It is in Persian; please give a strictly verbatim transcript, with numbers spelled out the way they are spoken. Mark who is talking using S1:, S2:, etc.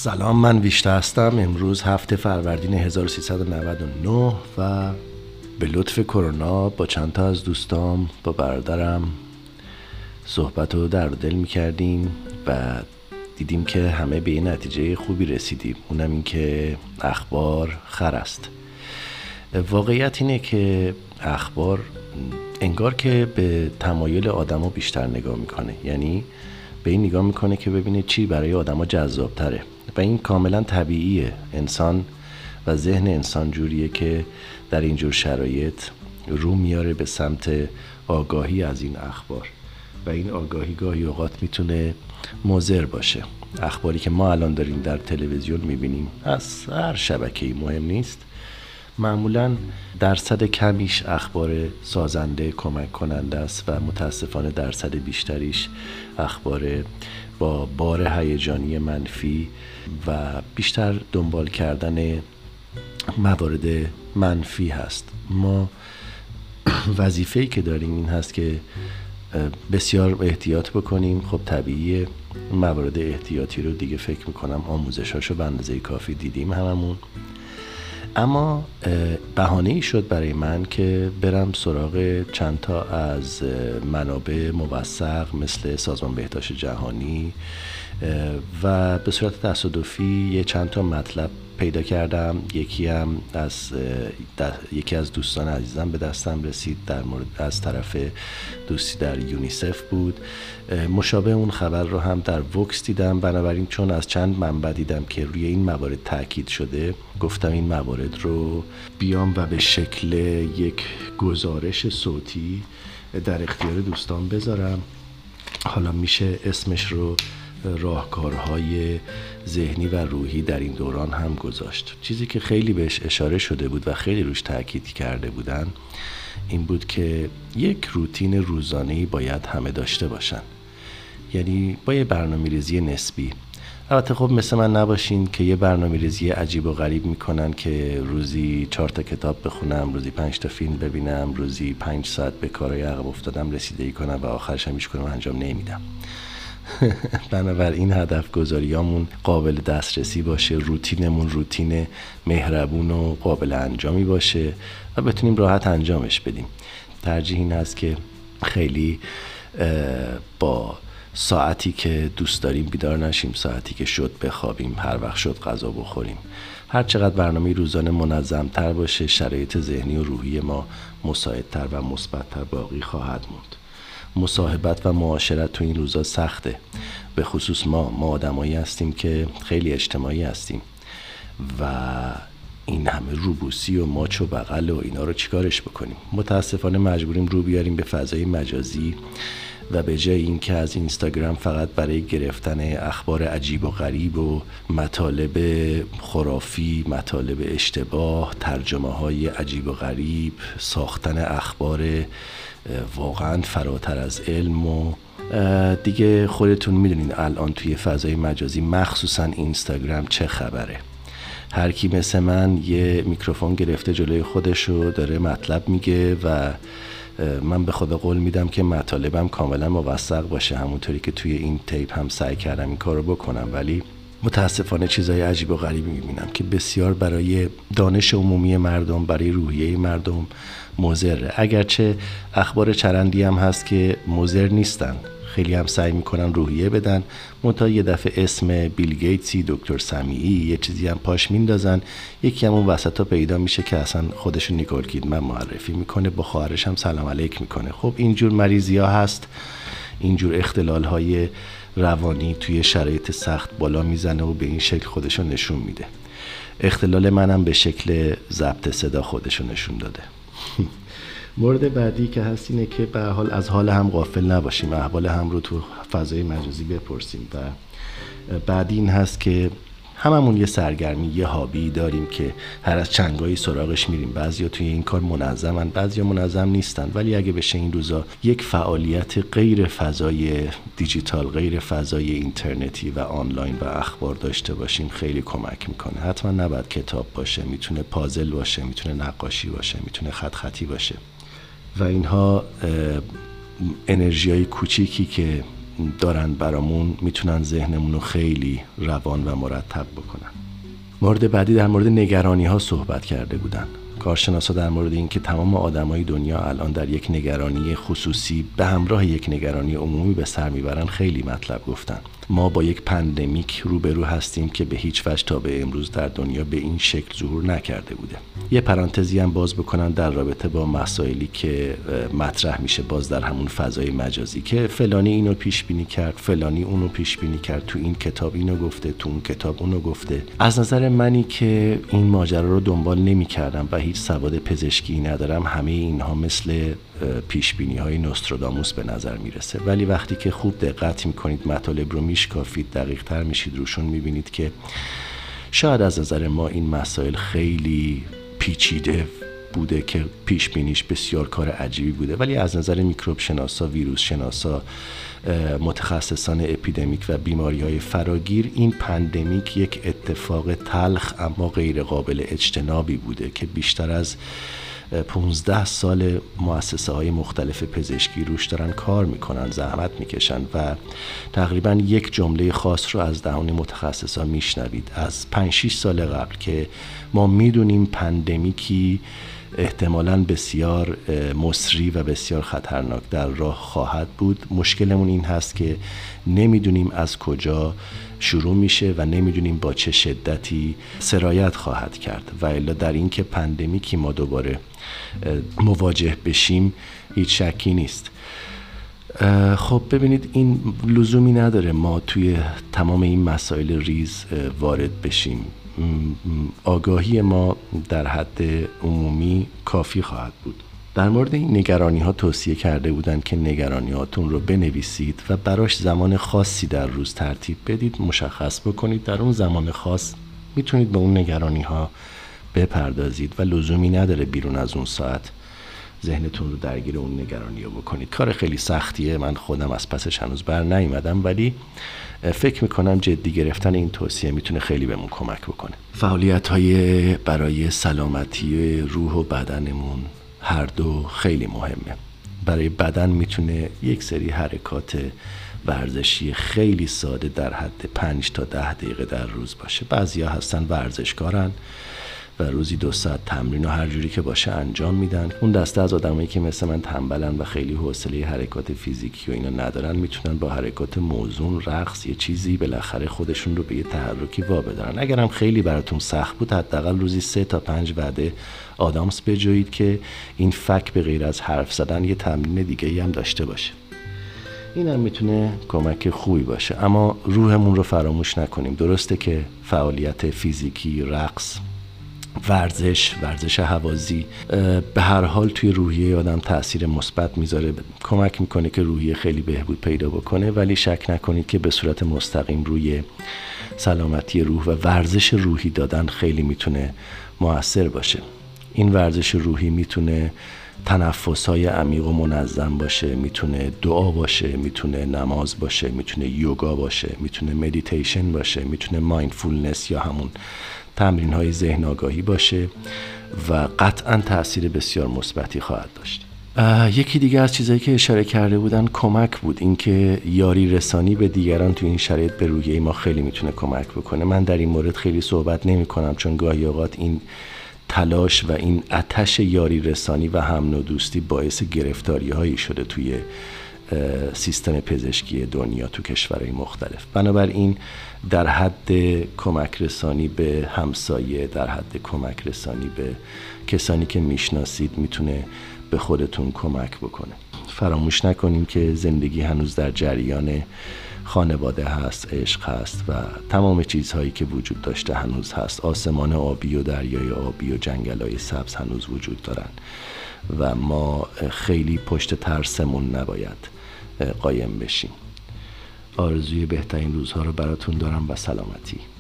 S1: سلام، من ویشته هستم. امروز هفته فروردین هزار و سیصد و نود و نه و به لطف کرونا با چند تا از دوستام با برادرم صحبت و درد دل میکردیم و دیدیم که همه به این نتیجه خوبی رسیدیم، اونم این که اخبار خر است. واقعیت اینه که اخبار انگار که به تمایل آدما بیشتر نگاه میکنه، یعنی به این نگاه میکنه که ببینه چی برای آدما جذاب تره و این کاملا طبیعیه. انسان و ذهن انسان جوریه که در اینجور شرایط رو میاره به سمت آگاهی از این اخبار و این آگاهی گاهی اوقات میتونه مضر باشه. اخباری که ما الان داریم در تلویزیون میبینیم از هر شبکه‌ای مهم نیست، معمولا درصد کمیش اخبار سازنده کمک کننده است و متاسفانه درصد بیشتریش اخبار با بار هیجانی منفی و بیشتر دنبال کردن موارد منفی هست. ما وظیفه‌ای که داریم این هست که بسیار احتیاط بکنیم. خب طبیعیه، موارد احتیاطی رو دیگه فکر میکنم آموزشاشو به اندازه کافی دیدیم هممون، اما بهانه‌ای شد برای من که برم سراغ چند تا از منابع موثق مثل سازمان بهداشت جهانی و به صورت تصادفی یه چند تا مطلب پیدا کردم. یکی هم از یکی از دوستان عزیزم به دستم رسید، در مورد از طرف دوستی در یونیسف بود. مشابه اون خبر رو هم در وکس دیدم، بنابراین چون از چند منبع دیدم که روی این موارد تاکید شده، گفتم این موارد رو بیام و به شکل یک گزارش صوتی در اختیار دوستان بذارم. حالا میشه اسمش رو راهکارهای ذهنی و روحی در این دوران هم گذاشت. چیزی که خیلی بهش اشاره شده بود و خیلی روش تاکید کرده بودن این بود که یک روتین روزانه‌ای باید همه داشته باشن، یعنی با یه برنامه‌ریزی نسبی. البته خب مثل من نباشین که یه برنامه‌ریزی عجیب و غریب میکنن که روزی چهار تا کتاب بخونم، روزی پنج تا فیلم ببینم، روزی پنج ساعت به کارهای عقب افتادم رسیدگی کنم و آخرش هم هیچ کدوم انجام نمیدم. بنابراین هدف گذاریامون قابل دسترسی باشه، روتینمون روتین مهربون و قابل انجامی باشه و بتونیم راحت انجامش بدیم. ترجیح این هست که خیلی با ساعتی که دوست داریم بیدار نشیم، ساعتی که شد بخوابیم، هر وقت شد غذا بخوریم. هر چقدر برنامه روزانه منظم تر باشه، شرایط ذهنی و روحی ما مساعدتر و مثبت‌تر باقی خواهد موند. مصاحبت و معاشرت تو این روزا سخته، به خصوص ما ما آدمایی هستیم که خیلی اجتماعی هستیم و این همه روبوسی و ماچ و بغل و اینا رو چیکارش بکنیم؟ متاسفانه مجبوریم رو بیاریم به فضای مجازی و به جای این که از اینستاگرام فقط برای گرفتن اخبار عجیب و غریب و مطالب خرافی، مطالب اشتباه، ترجمه های عجیب و غریب، ساختن اخبار واقعا فراتر از علم و دیگه خودتون میدونین الان توی فضای مجازی مخصوصا اینستاگرام چه خبره. هر کی مثل من یه میکروفون گرفته جلوی خودشو داره مطلب میگه و من به خدا قول میدم که مطالبم کاملا موثق باشه، همونطوری که توی این تیپ هم سعی کردم این کارو بکنم، ولی متاسفانه چیزای عجیب و غریبی میبینم که بسیار برای دانش عمومی مردم، برای روحیه مردم مضره. اگرچه اخبار چرندی هم هست که مضر نیستن، خیلی هم سعی میکنن روحیه بدن، منتها یه دفعه اسم بیل گیتسی، دکتر سمیعی، یه چیزی هم پاش میندازن، یکی هم اون وسطا پیدا میشه که اصلا خودشون نیکول کیدمن معرفی میکنه، با خواهرش هم سلام علیک میکنه. خب اینجور مریضی ها هست، اینجور اختلال های روانی توی شرایط سخت بالا میزنه و به این شکل خودشون نشون میده. اختلال منم به شکل ضبط صدا خودشون نشون داده. مورد بعدی که هست اینه که به حال از حال هم غافل نباشیم، احوال هم رو تو فضای مجازی بپرسیم و بعدی این هست که هممون یه سرگرمی، یه هابی داریم که هر از چنگایی سراغش میریم. بعضیا توی این کار منظمن، بعضیا منظم نیستن، ولی اگه بشه این روزا یک فعالیت غیر فضای دیجیتال، غیر فضای اینترنتی و آنلاین و اخبار داشته باشیم خیلی کمک میکنه. حتما نباید کتاب باشه، میتونه پازل باشه، میتونه نقاشی باشه، میتونه خط خطی باشه و اینها انرژیای کوچیکی که دارن برامون میتونن ذهنمون رو خیلی روان و مرتب بکنن. مورد بعدی در مورد نگرانی ها صحبت کرده بودن. کارشناسا در مورد این که تمام آدمای دنیا الان در یک نگرانی خصوصی به همراه یک نگرانی عمومی به سر میبرن خیلی مطلب گفتن. ما با یک پندمیک روبرو هستیم که به هیچ وجه تا به امروز در دنیا به این شکل ظهور نکرده بوده. یه پرانتزی هم باز بکنن در رابطه با مسائلی که مطرح میشه باز در همون فضای مجازی که فلانی اینو پیش بینی کرد، فلانی اونو پیش بینی کرد، تو این کتاب اینو گفته، تو اون کتاب اونو گفته. از نظر منی که این ماجرا رو دنبال نمی‌کردم و هیچ سواد پزشکی ندارم، همه اینها مثل پیش بینی های نوستراداموس به نظر میرسه. ولی وقتی که خوب دقت میکنید، مطالب رو میشکافید، دقیق تر میشید روشون، میبینید که شاید از نظر ما این مسائل خیلی پیچیده بوده که پیش بینیش بسیار کار عجیبی بوده، ولی از نظر میکروب شناسا، ویروس شناسا، متخصصان اپیدمیک و بیماری های فراگیر، این پندمیک یک اتفاق تلخ اما غیر قابل اجتنابی بوده که بیشتر از پونزده سال مؤسسه های مختلف پزشکی روش دارن کار میکنن، زحمت میکشن و تقریبا یک جمله خاص رو از دهان متخصصا میشنوید از پنج شش سال قبل که ما میدونیم پندمیکی احتمالاً بسیار مصری و بسیار خطرناک در راه خواهد بود. مشکلمون این هست که نمیدونیم از کجا شروع میشه و نمیدونیم با چه شدتی سرایت خواهد کرد و الا در این که پندمیکی ما دوباره مواجه بشیم هیچ شکی نیست. خب ببینید، این لزومی نداره ما توی تمام این مسائل ریز وارد بشیم. آگاهی ما در حد عمومی کافی خواهد بود. در مورد این نگرانی ها توصیه کرده بودن که نگرانی هاتون رو بنویسید و براش زمان خاصی در روز ترتیب بدید، مشخص بکنید در اون زمان خاص میتونید به اون نگرانی ها بپردازید و لزومی نداره بیرون از اون ساعت ذهنتون رو درگیر اون نگرانی ها بکنید. کار خیلی سختیه، من خودم از پسش هنوز بر نیومدم، ولی فکر میکنم جدی گرفتن این توصیه میتونه خیلی بهمون کمک بکنه. فعالیت های برای سلامتی روح و بدنمون هر دو خیلی مهمه. برای بدن میتونه یک سری حرکات ورزشی خیلی ساده در حد پنج تا ده دقیقه در روز باشه. بعضیا هستن ورزشکارن و روزی دو ساعت تمرین و هر جوری که باشه انجام میدن. اون دسته از آدمایی که مثل من تنبلن و خیلی حوصله حرکات فیزیکی و اینا ندارن، میتونن با حرکات موزون، رقص، یه چیزی بالاخره خودشون رو به یه تحرکی وابدارن. اگرم خیلی براتون سخت بود، حداقل روزی سه تا پنج وعده آدامس بجویید که این فک به غیر از حرف زدن یه تمرین دیگه‌ای هم داشته باشه. این هم میتونه کمک خوبی باشه. اما روحمون رو فراموش نکنیم. درسته که فعالیت فیزیکی، رقص، ورزش، ورزش هوازی به هر حال توی روحیه آدم تأثیر مثبت میذاره، کمک میکنه که روحیه خیلی بهبود پیدا بکنه، ولی شک نکنید که به صورت مستقیم روی سلامتی روح و ورزش روحی دادن خیلی میتونه مؤثر باشه. این ورزش روحی میتونه تنفس‌های عمیق و منظم باشه، میتونه دعا باشه، میتونه نماز باشه، میتونه یوگا باشه، میتونه مدیتیشن باشه، میتونه مایندفولنس یا همون تمرین های ذهن آگاهی باشه و قطعا تأثیر بسیار مثبتی خواهد داشت. یکی دیگه از چیزایی که اشاره کرده بودن کمک بود، اینکه یاری رسانی به دیگران تو این شرایط به روحیه ما خیلی میتونه کمک بکنه. من در این مورد خیلی صحبت نمی کنم چون گاهی اوقات این تلاش و این آتش یاری رسانی و هم نوع دوستی باعث گرفتاری هایی شده توی سیستم پزشکی دنیا تو کشورهای مختلف. بنابراین در حد کمک رسانی به همسایه، در حد کمک رسانی به کسانی که میشناسید میتونه به خودتون کمک بکنه. فراموش نکنیم که زندگی هنوز در جریان خانواده هست، عشق هست و تمام چیزهایی که وجود داشته هنوز هست. آسمان آبی و دریای آبی و جنگل‌های سبز هنوز وجود دارن و ما خیلی پشت ترسمون نباید قایم بشیم. آرزوی بهترین روزها رو براتون دارم و سلامتی.